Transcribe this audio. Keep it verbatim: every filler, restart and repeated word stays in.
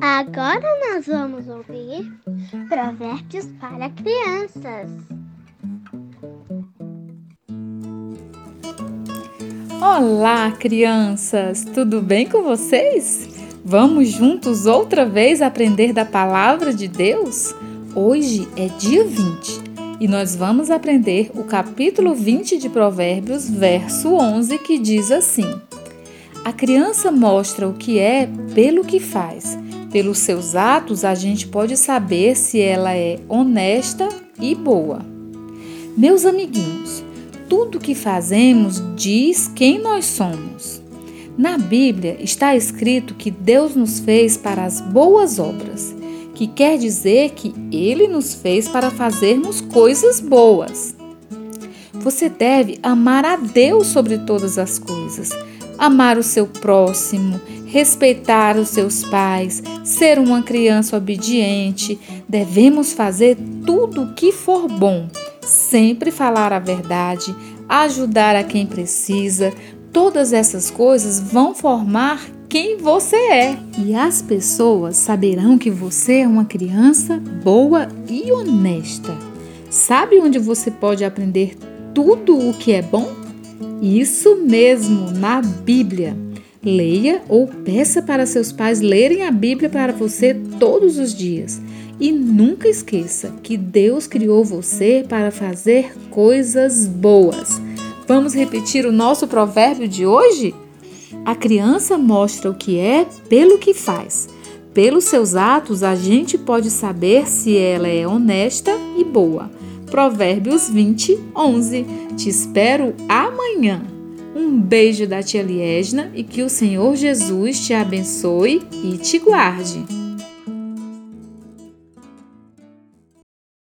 Agora nós vamos ouvir Provérbios para crianças. Olá, crianças! Tudo bem com vocês? Vamos juntos outra vez aprender da Palavra de Deus? Hoje é dia vinte e nós vamos aprender o capítulo vinte de Provérbios, verso onze, que diz assim: A criança mostra o que é pelo que faz. Pelos seus atos, a gente pode saber se ela é honesta e boa. Meus amiguinhos, tudo que fazemos diz quem nós somos. Na Bíblia está escrito que Deus nos fez para as boas obras, que quer dizer que Ele nos fez para fazermos coisas boas. Você deve amar a Deus sobre todas as coisas, amar o seu próximo, respeitar os seus pais, ser uma criança obediente. Devemos fazer tudo o que for bom, sempre falar a verdade, ajudar a quem precisa. Todas essas coisas vão formar quem você é. E as pessoas saberão que você é uma criança boa e honesta. Sabe onde você pode aprender tudo o que é bom? Isso mesmo, na Bíblia. Leia ou peça para seus pais lerem a Bíblia para você todos os dias. E nunca esqueça que Deus criou você para fazer coisas boas. Vamos repetir o nosso provérbio de hoje? A criança mostra o que é pelo que faz. Pelos seus atos, a gente pode saber se ela é honesta e boa. Provérbios vinte, onze. Te espero amanhã. Um beijo da tia Liesna e que o Senhor Jesus te abençoe e te guarde.